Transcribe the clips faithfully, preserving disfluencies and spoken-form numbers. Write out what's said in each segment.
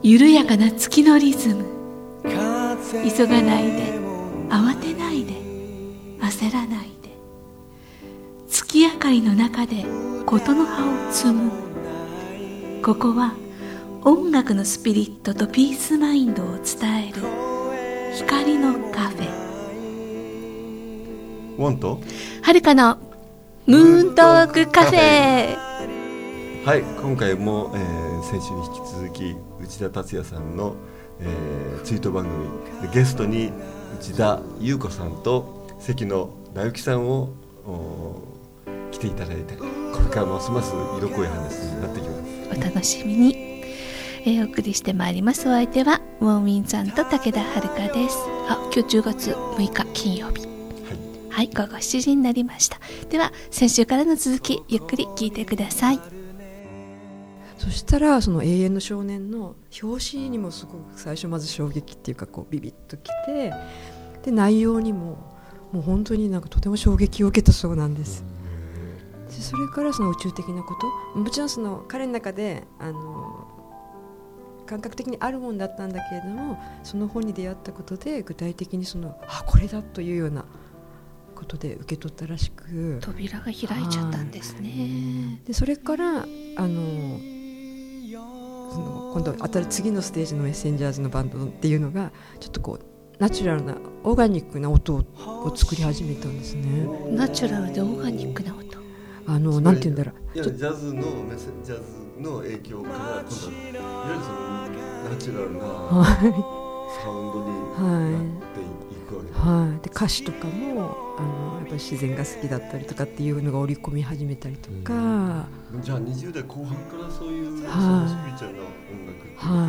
緩やかな月のリズム。急がないで、慌てないで、焦らないで、月明かりの中でことの葉を摘む。ここは音楽のスピリットとピースマインドを伝える光のカフェ。 ウォンとはるかのムーントークカフェ。 はい、今回も、えー、先週に引き続き内田達也さんの、えー、ツイート番組でゲストに内田裕子さんと関野直之さんを来ていただいて、これからますます色濃い話になってきます。 お楽しみに、えー、お送りしてまいります。お相手はウォンウィンさんと武田遥です。あ、今日じゅうがつむいか金曜日、はい、はい、午後しちじになりました。では先週からの続きゆっくり聞いてください。 そしたらその永遠の少年の表紙にもすごく最初まず衝撃っていうかこうビビッときて、で内容にももう本当になんかとても衝撃を受けたそうなんです。でそれからその宇宙的なこと、もちろんその彼の中であの感覚的にあるもんだったんだけれども、その本に出会ったことで具体的にそのあこれだというようなことで受け取ったらしく、 扉が開いちゃったんですね。 でそれからあのその今度当たる次のステージのメッセンジャーズのバンドっていうのがちょっとこうナチュラルなオーガニックな音を作り始めたんですね。 ナチュラルでオーガニックな音、 あのなんて言うんだろう、 いやジャズのメッセジャズの影響から今度はいわゆるそのナチュラルなサウンドになっていくわけです、 はいはい、で歌詞とかもあのやっぱり自然が好きだったりとかっていうのが織り込み始めたりとか、 うん、じゃあにじゅうだいこう半からそういう、 はい、 そのスピリチュアルな音楽っていうか、はい、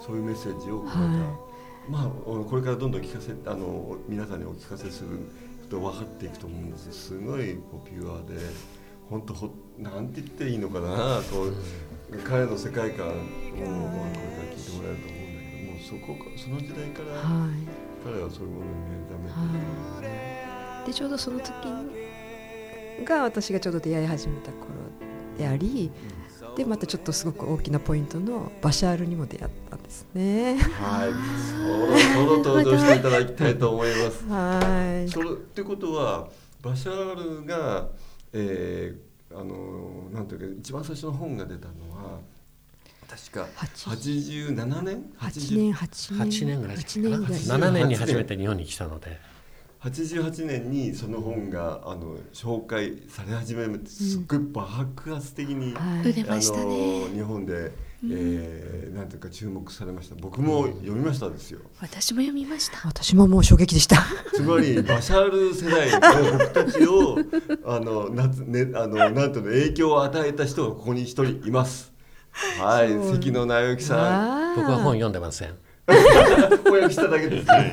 そういうメッセージを込めた、はい、まあこれからどんどん聞かせあの皆さんにお聞かせすると分かっていくと思うんですよ。すごいポピュアで本当ほなんて言っていいのかなと、彼の世界観をこれから聞いてもらえると思うんだけども、そこかその時代から、はい、彼はそういうものに目覚めて、 はい、でちょうどその時が私がちょうど出会い始めた頃であり、うん、でまたちょっとすごく大きなポイントのバシャールにも出会ったんですね。 はい、そろそろ登場していただきたいと思います。 はい。 それってことはバシャールが、えー、あのなんていうか一番最初の本が出たのは確かはちじゅうななねんはちねんはちねんぐらいかな、ななねんに初めて日本に来たのではちじゅうはちねんにその本があの紹介され始めて、すっごい爆発的に、うん、あの日本で、えー、なんていうか注目されました。僕も読みましたですよ。 私も読みました。 私ももう衝撃でした。 つまりバシャール世代の僕たちをあのな、ね、あのなんていうの影響を与えた人がここに一人います。はい、関野直之さん。僕は本読んでません。 翻訳しただけです、ね。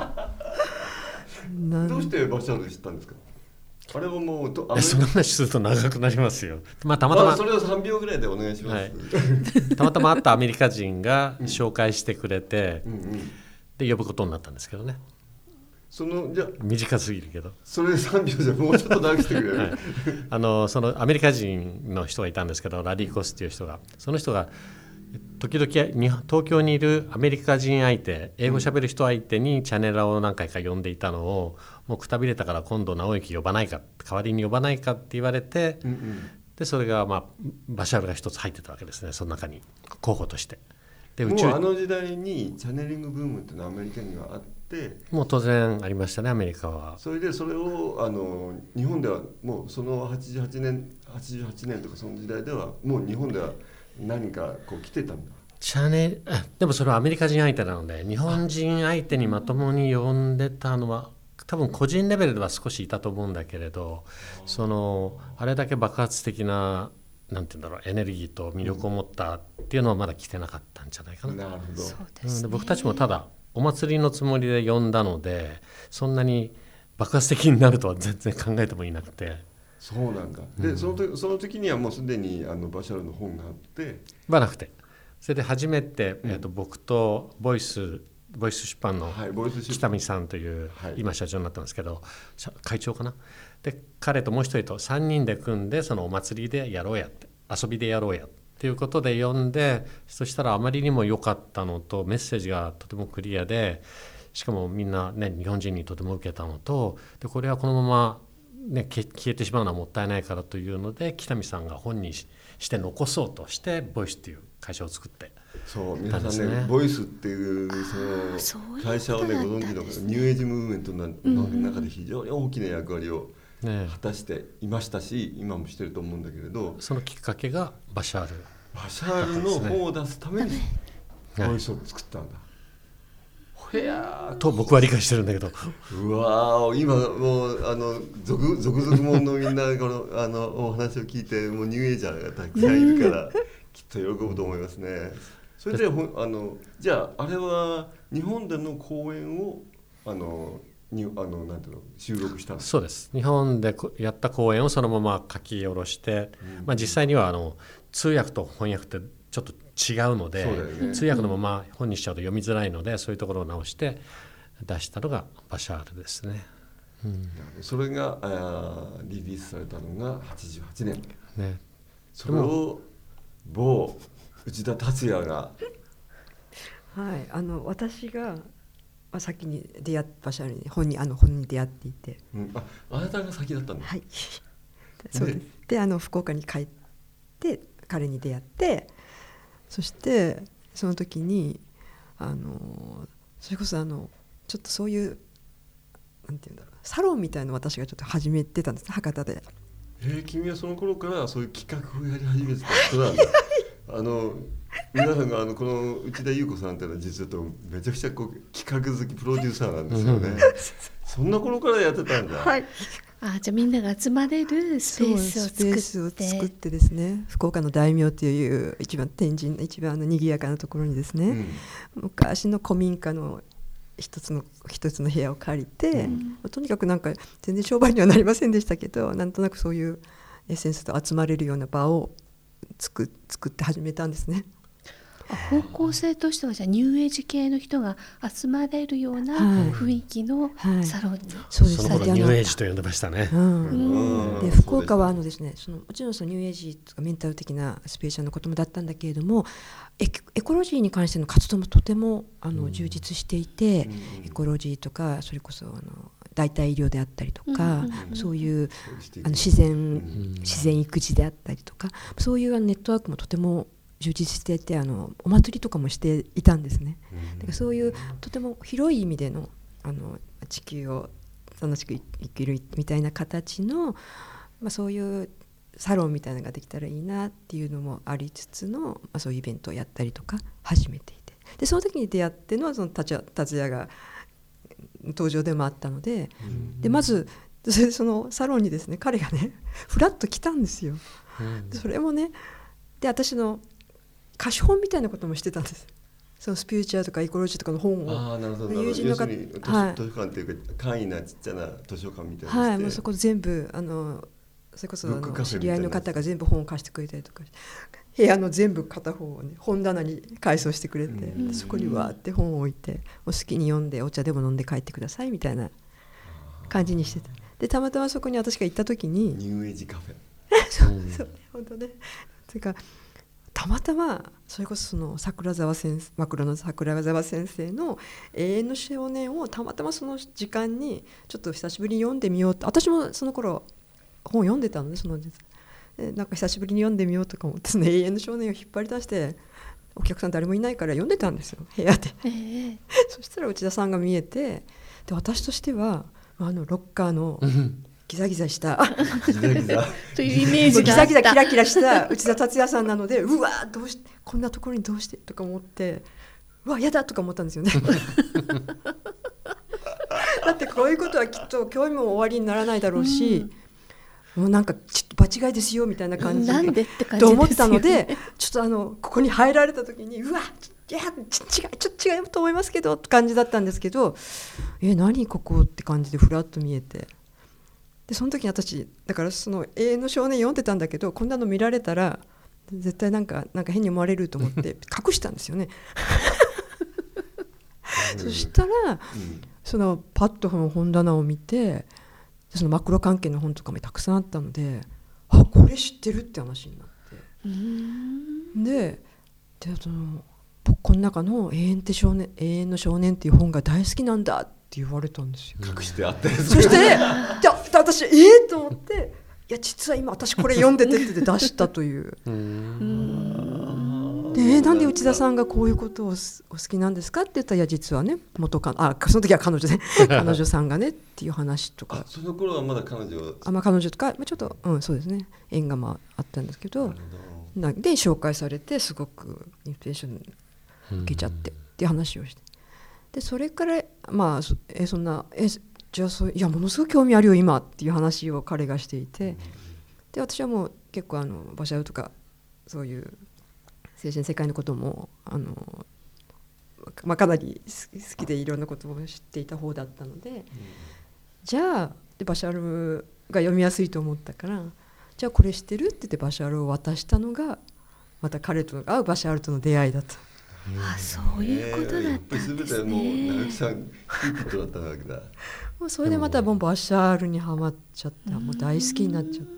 どうしてバシャール知ったんですか。あれはもうとあその話すると長くなりますよ。まあ、たまたま、 まあ、それをさんびょうぐらいでお願いします、はい、 たまたま会ったアメリカ人が紹介してくれて、うんうんうん、で呼ぶことになったんですけどね。 そのじゃ短すぎるけどそれさんびょうじゃもうちょっと長くしてくれる、はい、 あのそのアメリカ人の人がいたんですけど、ラリー・コスっていう人が、その人が時々東京にいるアメリカ人相手、英語しゃべる人相手にチャネラーを何回か呼んでいたのを、もうくたびれたから今度直之呼ばないか、代わりに呼ばないかって言われて、うんうん、でそれが、まあ、バシャールが一つ入ってたわけですね、その中に候補として。でもうあの時代にチャネリングブームっていうのはアメリカにはあって、 もう当然ありましたね、アメリカは。 それでそれをあの日本ではもうそのはちじゅうはちねんはちじゅうはちねんとかその時代ではもう日本では何かこう来てたんだ。 チャネでもそれはアメリカ人相手なので、日本人相手にまともに呼んでたのは多分個人レベルでは少しいたと思うんだけれど、そのあれだけ爆発的ななんていうんだろうエネルギーと魅力を持ったっていうのはまだ来てなかったんじゃないかな。 なるほど。 そうですね。 で僕たちもただお祭りのつもりで呼んだので、そんなに爆発的になるとは全然考えてもいなくて。 そうなんだ。で、うん、その時その時にはもうすでにあのバシャールの本があってはなくて、それで初めて、うんえー、と僕とボイスボイス出版の北見さんという、はい、今社長になったんですけど、会長かな。で彼ともう一人とさんにんで組んで、そのお祭りでやろうやって、遊びでやろうやっっていうことで読んで、そしたらあまりにも良かったのとメッセージがとてもクリアで、しかもみんな、ね、日本人にとても受けたのと、でこれはこのまま、ね、消えてしまうのはもったいないからというので、北見さんが本にして残そうとしてボイスっていう会社を作って、 そう皆さんね、ボイスっていうその会社をねご存知のニューエイジムーブメントの中で非常に大きな役割を果たしていましたし、今もしてると思うんだけれど、 そのきっかけがバシャールバシャールの本を出すためにボイスを作ったんだ、 へやと僕は理解してるんだけど、 うわー今もうあの続々もんのみんなこのあのお話を聞いて、もうニューエイジャーがたくさんいるからきっと喜ぶと思いますね。それであのじゃああれは日本での講演をあのにあのなんていうの収録したんですか？ そうです。日本でやった講演をそのまま書き下ろして、うんまあ、実際にはあの通訳と翻訳ってちょっと違うので、ね、通訳のまま本にしちゃうと読みづらいので、そういうところを直して出したのがバシャールですね。 うん、それがリリースされたのがはちじゅうはちねん、ね、それを某内田達也がはい、あの私が先に出会ったバシャールに本にあの本に出会っていて、 うん、あ, あなたが先だったんだ。 はいそうです。であの福岡に帰って彼に出会って、そしてその時にあのそれこそあのちょっとそういうなんていうんだろうサロンみたいなのを私がちょっと始めてたんです、博多で。 えー、君はその頃からそういう企画をやり始めてた人なんだあの皆さんがあのこの内田裕子さんっていうのは実はとめちゃくちゃこう企画好きプロデューサーなんですよねそんな頃からやってたんだ。 はい。 あじゃあみんなが集まれるスペースを作って、 スペースを作ってですね、福岡の大名という一番天神の一番の賑やかなところにですね、うん、昔の古民家の一つの一つの部屋を借りて、うん、とにかくなんか全然商売にはなりませんでしたけど、なんとなくそういうエッセンスと集まれるような場を作、作って始めたんですね。 方向性としてはじゃあニューエイジ系の人が集まれるような雰囲気のサロンに、はいはい、 そうです。 その頃ニューエイジと呼んでましたね、 うんうん、で福岡はあのですね、そのもちろんそのニューエイジとかメンタル的なスペーシャルなこともだったんだけれども、エ, エコロジーに関しての活動もとてもあの充実していて、うん、エコロジーとかそれこそあの代替医療であったりとか、うん、そういうあの自然、うん、自然育児であったりとか、そういうネットワークもとても充実していて、あのお祭りとかもしていたんですね、うん、だからそういうとても広い意味で の, あの地球を楽しく生きるみたいな形の、まあ、そういうサロンみたいなのができたらいいなっていうのもありつつの、まあ、そういうイベントをやったりとか始めていて、でその時に出会ってのはその達也が登場でもあったので、うん、でまずそのサロンにですね彼がねフラッと来たんですよ、うん、それもねで私の貸本みたいなこともしてたんです。そのスピリチュアルとかエコロジーとかの本を。 あなるほど。友人の方、図書館っていうか簡易なちっちゃな図書館みたいな。 はい、もうそこ全部あのそれこそあの知り合いの方が全部本を貸してくれたりとか、部屋の全部片方をね本棚に改装してくれて、うん、そこにわーって本を置いて、お好きに読んでお茶でも飲んで帰ってくださいみたいな感じにしてた。でたまたまそこに私が行った時にニューエイジカフェ。 そうそうね本当ね。というか。たまたまそれこそその桜沢先生、マクロの桜沢先生の永遠の少年をたまたまその時間にちょっと久しぶりに読んでみようと、私もその頃本読んでたので、そのでなんか久しぶりに読んでみようとか思って、その永遠の少年を引っ張り出してお客さん誰もいないから読んでたんですよ部屋で、えー、そしたら内田さんが見えて、で私としてはあのロッカーのギザギザしたギザギザというイメージがあったギザギザキラキラした内田達也さんなので、うわどうしてこんなところにどうしてとか思って、うわやだとか思ったんですよねだってこういうことはきっと興味も終わりにならないだろうし、うん、もうなんかちょっと場違いですよみたいな感じで、 なんでって感じですよね、 と思ったので、ちょっとあのここに入られた時にうわいや違うちょっと違うと思いますけどって感じだったんですけど、え何ここって感じでふらっと見えて、でその時に私だからその永遠の少年読んでたんだけど、こんなの見られたら絶対なんかなんか変に思われると思って隠したんですよねそしたら、うん、そのパッと本棚を見て、そのマクロ関係の本とかもたくさんあったので、あこれ知ってるって話になって、うーんで、でその僕この中の永遠って少年永遠の少年っていう本が大好きなんだって言われたんですよ。 隠してあったやつ。 そしてね、じゃあ私ええー、と思って、いや実は今私これ読んでてって出したという。うーんで、えー、なんで内田さんがこういうことをお好きなんですかって言ったら、いや実はね元カあその時は彼女ね彼女さんがねっていう話とか。 その頃はまだ彼女はあ、まあ、彼女とか、まあ、ちょっと、うん、そうですね、縁がまああったんですけど、なで紹介されてすごくインスピレーション受けちゃってっていう話をして、でそれからまあえそんなえじゃあそういやものすごく興味あるよ今っていう話を彼がしていて、で私はもう結構あのバシャウとかそういう精神世界のこともあの、まあ、かなり好きでいろんなことを知っていた方だったので、うん、じゃあでバシャルが読みやすいと思ったから、じゃあこれ知ってるって言ってバシャルを渡したのがまた彼と会うバシャルとの出会いだった。 あ、そういうことだったんですね。 全てもう直木さんキープだったわけだ。 もうそれでまたボンバシャールにはまっちゃって、もう大好きになっちゃって、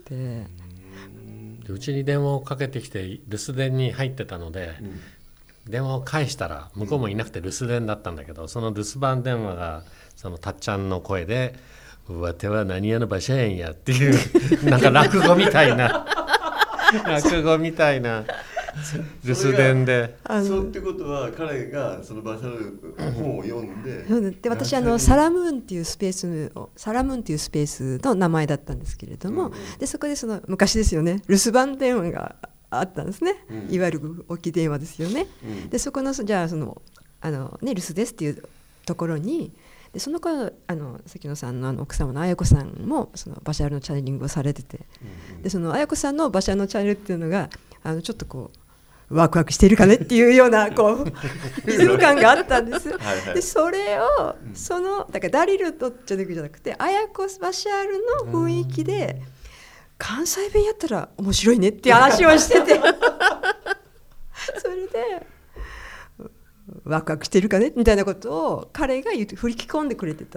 うちに電話をかけてきて留守電に入ってたので、うん、電話を返したら向こうもいなくて留守電だったんだけど、その留守番電話がそのたっちゃんの声でわては何やの馬車園やっていうなんか落語みたいな落語みたいな留守電で、 そうってことは彼がその馬車の本を読んで、 で私あのサラムーンっていうスペースをサラムーンっていうスペースの名前だったんですけれども、うん、でそこでその昔ですよね、留守番電話があったんですね、うん、いわゆる置き電話ですよね、うん、でそこのじゃあそのあの、ね、留守ですっていうところに、でその頃あの関野さんのあの奥様の綾子さんもそのバシャールのチャネリングをされてて、うん、でその綾子さんのバシャールのチャネルっていうのがあのちょっとこうワクワクしているかねっていうようなこうリズム感があったんです。はい、はい、でそれをそのだからダリルとじゃなくて綾子バシャールの雰囲気で関西弁やったら面白いねっていう話をしててそれでワクワクしてるかねみたいなことを彼が言って振り込んでくれてた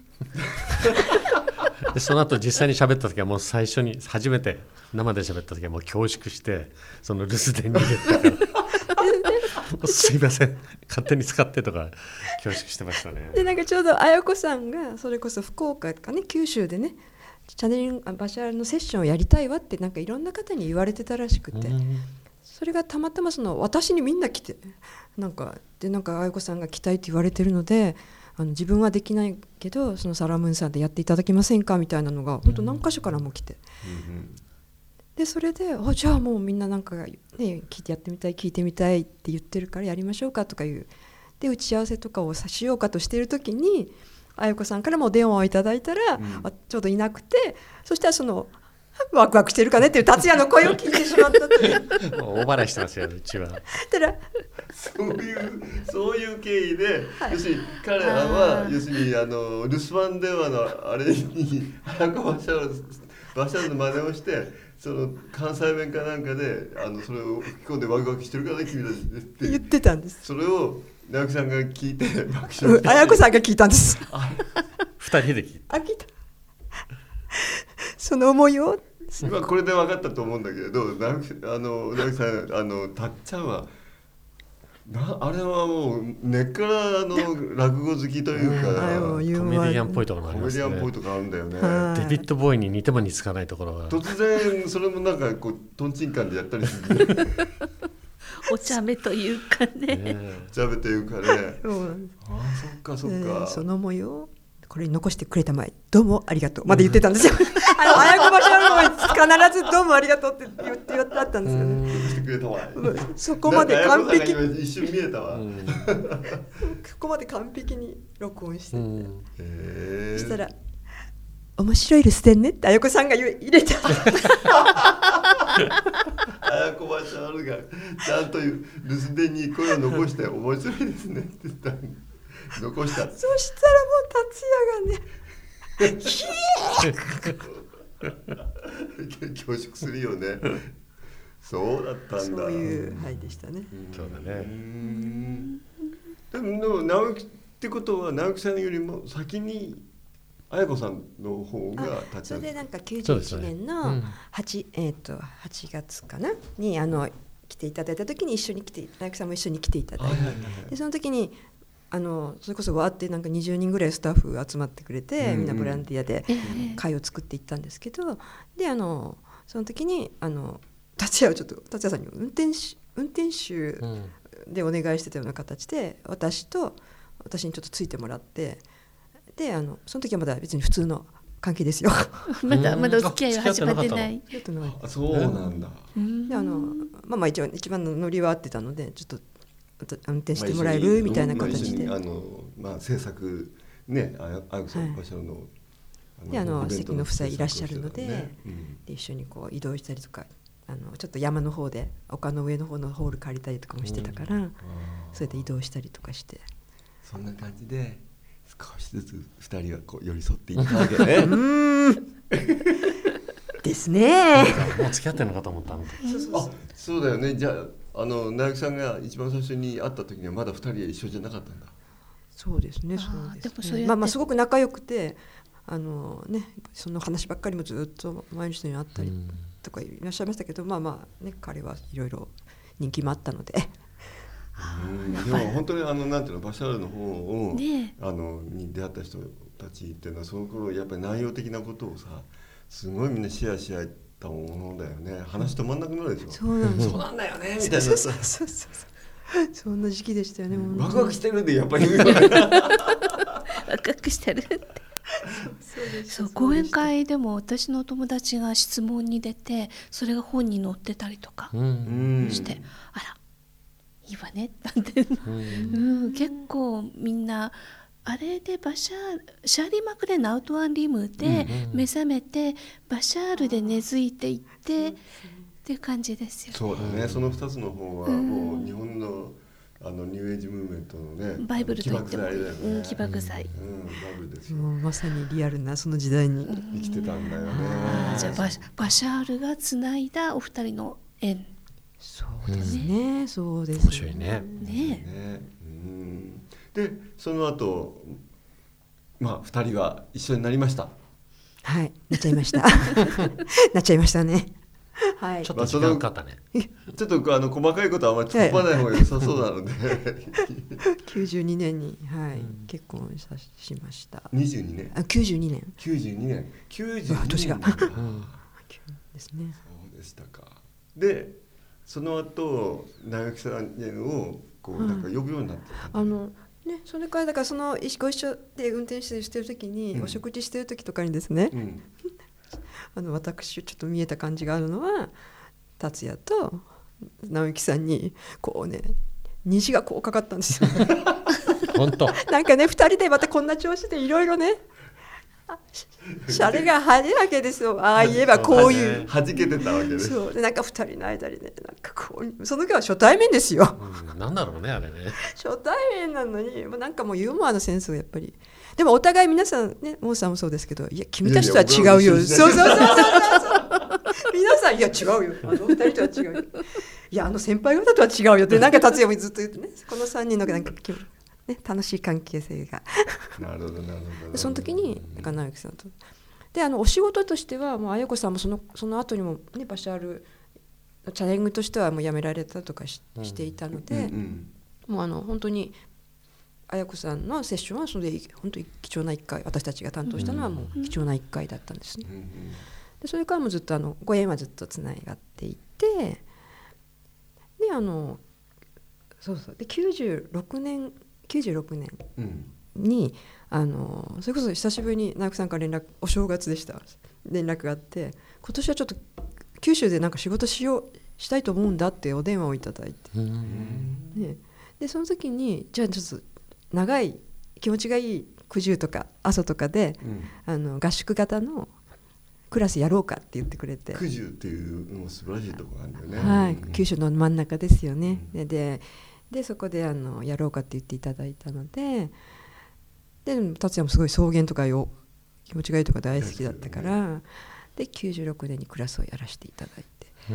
でその後実際に喋った時はもう最初に初めて生で喋った時はもう恐縮してその留守電に入れたからすいません勝手に使ってとか恐縮してましたね。 でなんかちょうど綾子さんがそれこそ福岡とかね九州でねチャネリングバシャールのセッションをやりたいわってなんかいろんな方に言われてたらしくて、それがたまたまその私にみんな来てなんかでなんか綾子さんが来たいって言われてるのであの自分はできないけどそのサラムーンさんでやっていただけませんかみたいなのが本当何箇所からも来て、うんうん、でそれであじゃあもうみんななんか、ね、聞いてやってみたい聞いてみたいって言ってるからやりましょうかとかいうで打ち合わせとかをしようかとしている時に綾子さんからも電話をいただいたら、うん、ちょうどいなくてそしたらそのワクワクしてるかねっていう達也の声を聞いてしまったという大笑いしてますようちはたらそういうそういう経緯で、はい、要するに彼らは要するにあの留守番電話のあれに早くバシャールバシャールの真似をしてその関西弁かなんかであのそれを吹き込んでワクワクしてるからね君たちって言ってたんです。 それを直木さんが聞いて爆笑綾子さんが聞いたんです二人で聞いたあ聞いたその思いを今これで分かったと思うんだけれど直木あの直木さんあのたっちゃんはなあれはもう根っからの落語好きというかコメディアンっぽいところがありますね。 コメディアンっぽいところあるんだよね。 デビッド・ボーイに似ても似つかないところが突然それもなんかこうトンチンカンでやったりするお茶目というかねお茶目というかねああそっかそっか、えー、 その思いをこれに残してくれたまえどうもありがとうまで言ってたんですよあの綾子バシャールの必ずどうもありがとうって言って言ってあったんですよね残してくれたまえそこまで完璧一瞬見えたわそこまで完璧に録音してて、 えー、 そしたら面白い留守電ねって綾子さんが入れた綾子バシャールがちゃんと留守電に声を残して面白いですねって言った残したそしたらもう達也がねひえ恐縮するよねそうだったんだそういうはいでしたねそうだねでもでも直木ってことは直木さんよりも先に綾子さんの方が立ちそれでなんかきゅうじゅういちねんの 8,、ねうんえー、とはちがつかなにあの来ていただいた時に一緒に来て直樹さんも一緒に来ていただいて、でその時にあのそれこそわーってなんかにじゅうにんぐらいスタッフが集まってくれて、みんなボランティアで会を作っていったんですけど、であのその時にあの達也をちょっと達也さんに運転手運転手でお願いしてたような形で、私と私にちょっとついてもらって、であのその時はまだ別に普通の関係ですよまだまだお付き合いは始まってない。 あ、そうなんだ。 であのまあまあ一番一番のノリは合ってたので、ちょっと運転してもらえるみたいな形で、 まあ、あのまあ制作ね、ああやさん場所の、 であの関の夫妻いらっしゃるので、ね、うん、で一緒にこう移動したりとか、あのちょっと山の方で丘の上の方のホール借りたりとかもしてたから、うん、それで移動したりとかして、 そんな感じで少しずつふたりがこう寄り添っていったわけねうんですね。 もう付き合ってるのかと思ったんで。 あ、そうだよね。じゃあ、あの直樹さんが一番最初に会った時にはまだふたりは一緒じゃなかったんだ。 そうですね。そうですね。まあまあすごく仲良くて、あのね、その話ばっかりもずっと毎日のように会ったりとかいらっしゃいましたけど、まあまあね、彼はいろいろ人気もあったので。 うん、でも本当にあのなんていうの、バシャールの方を、ね、あのに出会った人たちっていうのはその頃やっぱり内容的なことをさ、すごいみんなシェアし合ったものだよね。話止まんなくなるでしょ。 そうなんです。 そうなんだよねみたいなさ。 そうそうそうそう。そんな時期でしたよね。 ワクワクしてるんでやっぱり。 ワクワクしてるって。そう、講演会でも私の友達が質問に出て、それが本に載ってたりとかして、あらいいわねなんて、うん、結構みんなあれでバシャールシャーリー・マクレーのアウトワンリムで目覚めて、バシャールで根付いていってっていう感じですよね。 そうだね。そのふたつの方はもう日本のあのニューエイジムーブメントのね、 バイブルと言ってもいい、うん、起爆剤、 うん、バブルですよ。 もうまさにリアルなその時代に生きてたんだよね。 じゃあ バ, バシャールがつないだお二人の縁。 そうですね、うん、そうですね。 面白いね。ねね、うん、でその後、まあふたりは一緒になりました。 はい、なっちゃいましたなっちゃいましたね。はい、 ちょっと時間かかったね。 ちょっとあの細かいことはあんまり突っ込まない方が良さそうなのできゅうじゅうにねんに、はい、うん、結婚さしました。 にじゅうにねん。 あ、きゅうじゅうにねん。 きゅうじゅうにねん。きゅうじゅうにねん。 年がですね。 そうでしたか。で、その後直樹さんをこうなんか呼ぶようになってた、 うん、あのね、それからだからそのご一緒で運転手してる時に、うん、お食事してる時とかにですね、うん、あの私ちょっと見えた感じがあるのは、達也と直樹さんにこうね、虹がこうかかったんですよ本当なんかね、ふたりでまたこんな調子でいろいろね、シャレが派手なわけですよ。ああ言えばこういう弾けてたわけです。 そうで、なんかふたりの間にね、なんかこう、その時は初対面ですよ、 うん、なんだろうねあれね初対面なのに、なんかもうユーモアのセンスがやっぱり、でもお互い皆さんね、モーさんもそうですけど、いや君たちとは違うよ、そうそうそうそうそう皆さん、いや違うよ、あのふたりとは違うよ、いやあの先輩方とは違うよってなんか達也もずっと言ってね、このさんにんのなんかね、楽しい関係性がなるほどなるほど。 その時に中直樹さんとで、あのお仕事としてはもう綾子さんもそのその後にもね、バシャールのチャレンジとしてはもう辞められたとか し,、うん、していたので、うんうん、もうあの本当に綾子さんのセッションはそれで本当に貴重ないっかい、私たちが担当したのはもう貴重ないっかいだったんですね、うんうん、でそれからもずっとあのご縁はずっとつながっていて、であのそうそうできゅうじゅうろくねんきゅうじゅうろくねんに、うん、あのそれこそ久しぶりに直樹さんから連絡、お正月でした連絡があって、今年はちょっと九州でなんか仕事しようしたいと思うんだってお電話をいただいて、うんね、でその時にじゃあちょっと長い気持ちがいい九十とか阿蘇とかで、うん、あの合宿型のクラスやろうかって言ってくれて、 九十っていうのも素晴らしいところなんだよね、 はい、うん、九州の真ん中ですよね、うん、ででそこであのやろうかって言っていただいたので、で達也もすごい草原とかよ気持ちがいいとか大好きだったから、ね、できゅうじゅうろくねんにクラスをやらせていただいて、うん、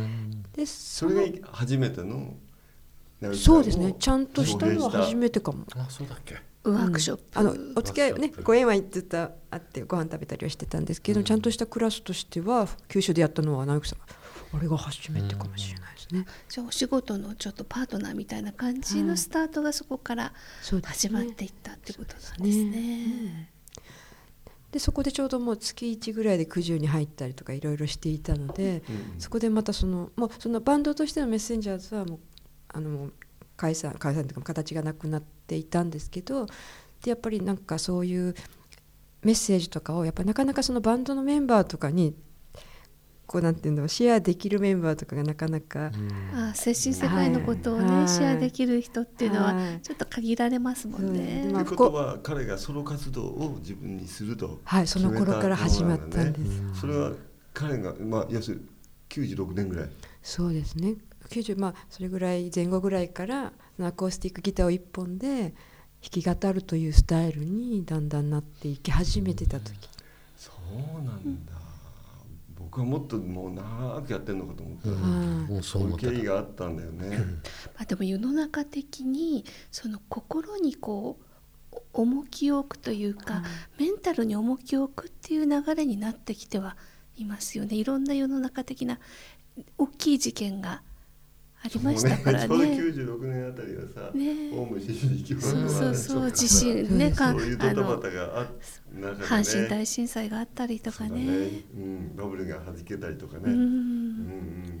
で そ, それが初めてのそうですね、ちゃんとしたのは初めてかも。 あ、そうだっけ、 ワークショップ、 うん、あのお付き合いね、ご縁はずっとあってご飯食べたりはしてたんですけど、うん、ちゃんとしたクラスとしては九州でやったのは直樹さんあれが初めてかもしれないですね。 じゃあお仕事のちょっとパートナーみたいな感じのスタートがそこから始まっていったってことなんですね。 でそこでちょうどもう月いちぐらいでくじゅうに入ったりとかいろいろしていたので、うん、そこでまたそのもうそのバンドとしてのメッセンジャーズはもうあの解散解散というか形がなくなっていたんですけど、でやっぱりなんかそういうメッセージとかをやっぱなかなかそのバンドのメンバーとかにこうなんていうのシェアできるメンバーとかがなかなか、 うん、あ精神世界のことをね、はい、シェアできる人っていうのはちょっと限られますもんね。 と、はい、いうことは彼がソロ活動を自分にすると、 はい、その頃から始まったんです。 それは彼が、まあ、要するにきゅうじゅうろくねんぐらい。 そうですね。きゅうじゅう、まあ、それぐらい前後ぐらいからアコースティックギターをいっぽんで弾き語るというスタイルにだんだんなっていき始めてた時、うん、 そうなんだ、うん、僕はもっともう長くやってるのかと思った、 うん、 そういう経緯があったんだよね。 まあでも世の中的にその心にこう重きを置くというか、うん、メンタルに重きを置くっていう流れになってきてはいますよね。いろんな世の中的な大きい事件がありましたからね。ちょうどきゅうじゅうろくねんあたりはさ、ね、オウム真理教そうそうそう地震ね、 そういうドタバタがあ中でね、 阪神大震災があったりとか ね, ね、 うん、バブルが弾けたりとかね、 うん、うん、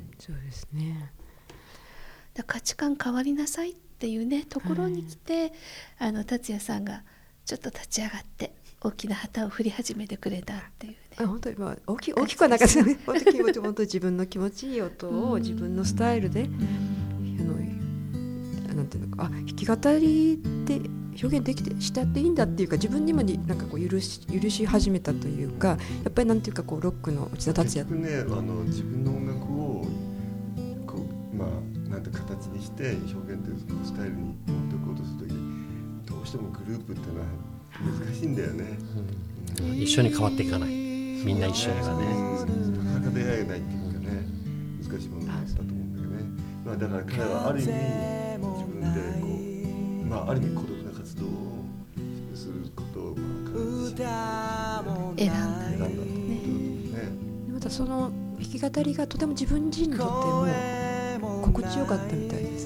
そうですね。 だ価値観変わりなさいっていうねところに来て、はい、あの達也さんがちょっと立ち上がって大きな旗を振り始めてくれたっていうね。 あ本当に、まあ、大き大きくはなかったね。本当に気持ち本当に自分の気持ちいい音を自分のスタイルで、あのなんていうのか、あ弾き語りで表現できてしたっていいんだっていうか、自分にもなんかこう許し許し始めたというか、やっぱりなんていうかこうロックの内田達也結局ね、あの自分の音楽をこうまあなんて形にして表現というスタイルに持っていこうとするとき、どうしてもグループっていうのは難しいんだよね、 うんうん、一緒に変わっていかない、みんな一緒にはね、 なかなか出会えないっていうかね、難しいものだったと思うんだけどね。まあ、だから彼はある意味自分でこう、まあ、ある意味孤独な活動をすることをまあ選んだ選んだというね。 またその弾き語りがとても自分自身にとっても心地よかったみたいです、うん、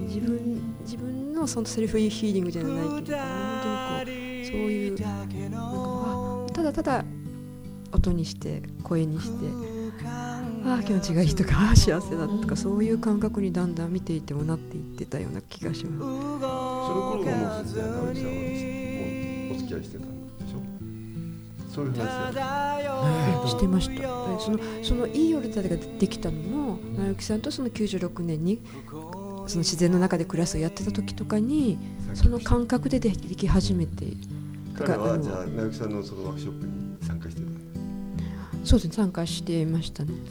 自分自分のそのセルフヒーリングじゃないけど、本当にこうそういうなんかただただ音にして声にしてああ気持ちがいいとか幸せだとか、そういう感覚にだんだん見ていてもなっていってたような気がします。その頃がもうすでに直樹さんはお付き合いしてたんでしょ。そういう話だしてました。そのそのいい夜だけができたのも直樹さんとそのきゅうじゅうろくねんにその自然の中でクラスをやってた時とかにその感覚ででき始めて。 彼はじゃあ直樹さんのそのワークショップに参加してた。 そうですね、参加していましたね。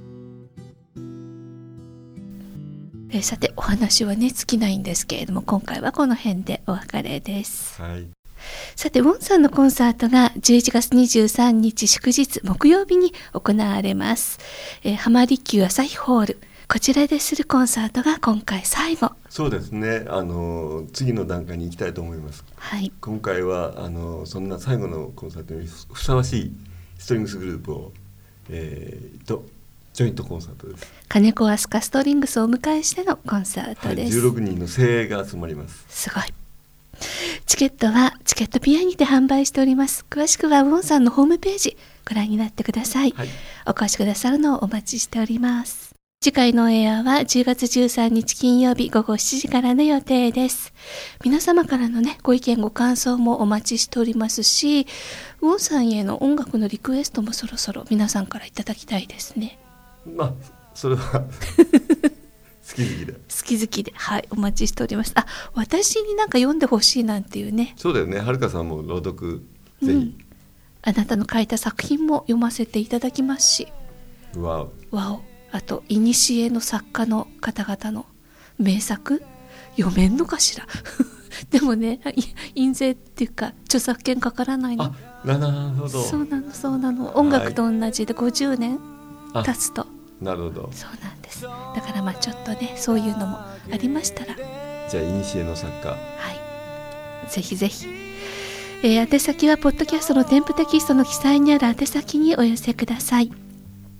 えさてお話はね尽きないんですけれども、今回はこの辺でお別れです、 はい、 さてウォンさんのコンサートがじゅういちがつにじゅうさんにち祝日木曜日に行われます、えー、浜離宮朝日ホール、こちらでするコンサートが今回最後。 そうですね、あの次の段階に行きたいと思います、 はい、 今回はあのそんな最後のコンサートにふさわしいストリングスグループを、えー、とジョイントコンサートです。 金子飛鳥ストリングスをお迎えしてのコンサートです、はい、 じゅうろくにんの精鋭が集まります。 すごい。チケットはチケットピアにて販売しております。詳しくはウォンさんのホームページご覧になってください、はい、お越しくださるのをお待ちしております。次回のエアはじゅうがつじゅうさんにち金曜日ごごしちじからの予定です。皆様からのねご意見ご感想もお待ちしておりますし、ウォンさんへの音楽のリクエストもそろそろ皆さんからいただきたいですね。 まあそれは好き好きで好き好きではいお待ちしております。あ、私になんか読んでほしいなんていうね。 そうだよね、はるかさんも朗読ぜひ、うん、 あなたの書いた作品も読ませていただきますし、 わおわお、あといにしえの作家の方々の名作読めんのかしらでもね印税っていうか著作権かからないの。 あ、なるほど。 そうなのそうなの、音楽と同じでごじゅうねん経つと。 なるほど。 そうなんです。だからまあちょっとねそういうのもありましたら、 じゃあいにしえの作家、 はいぜひぜひ、えー、宛先はポッドキャストの添付テキストの記載にある宛先にお寄せください。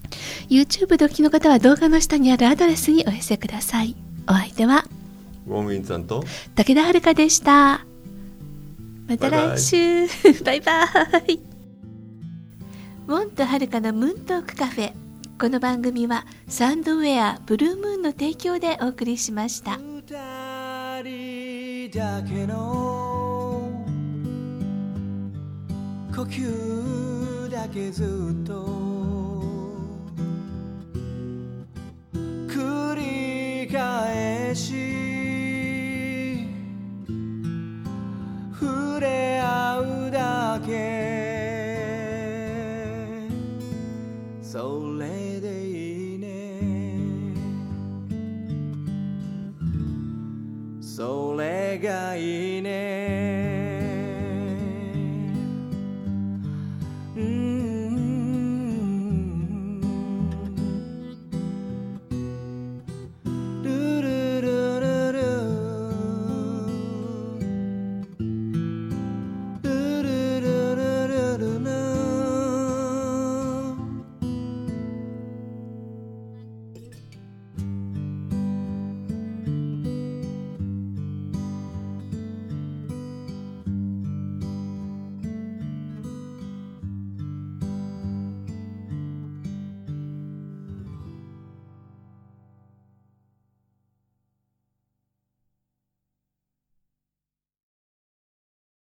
YouTube でお聞きの方は動画の下にあるアドレスにお寄せください。お相手はウォンウィンさんと武田遥でした。また来週バイバイ。ウォンと遥のムーントークカフェ、この番組はサンドウェアブルームーンの提供でお送りしました。 二人だけの呼吸だけずっと繰り返し触れ合うだけ、それでいいね、それがいいね。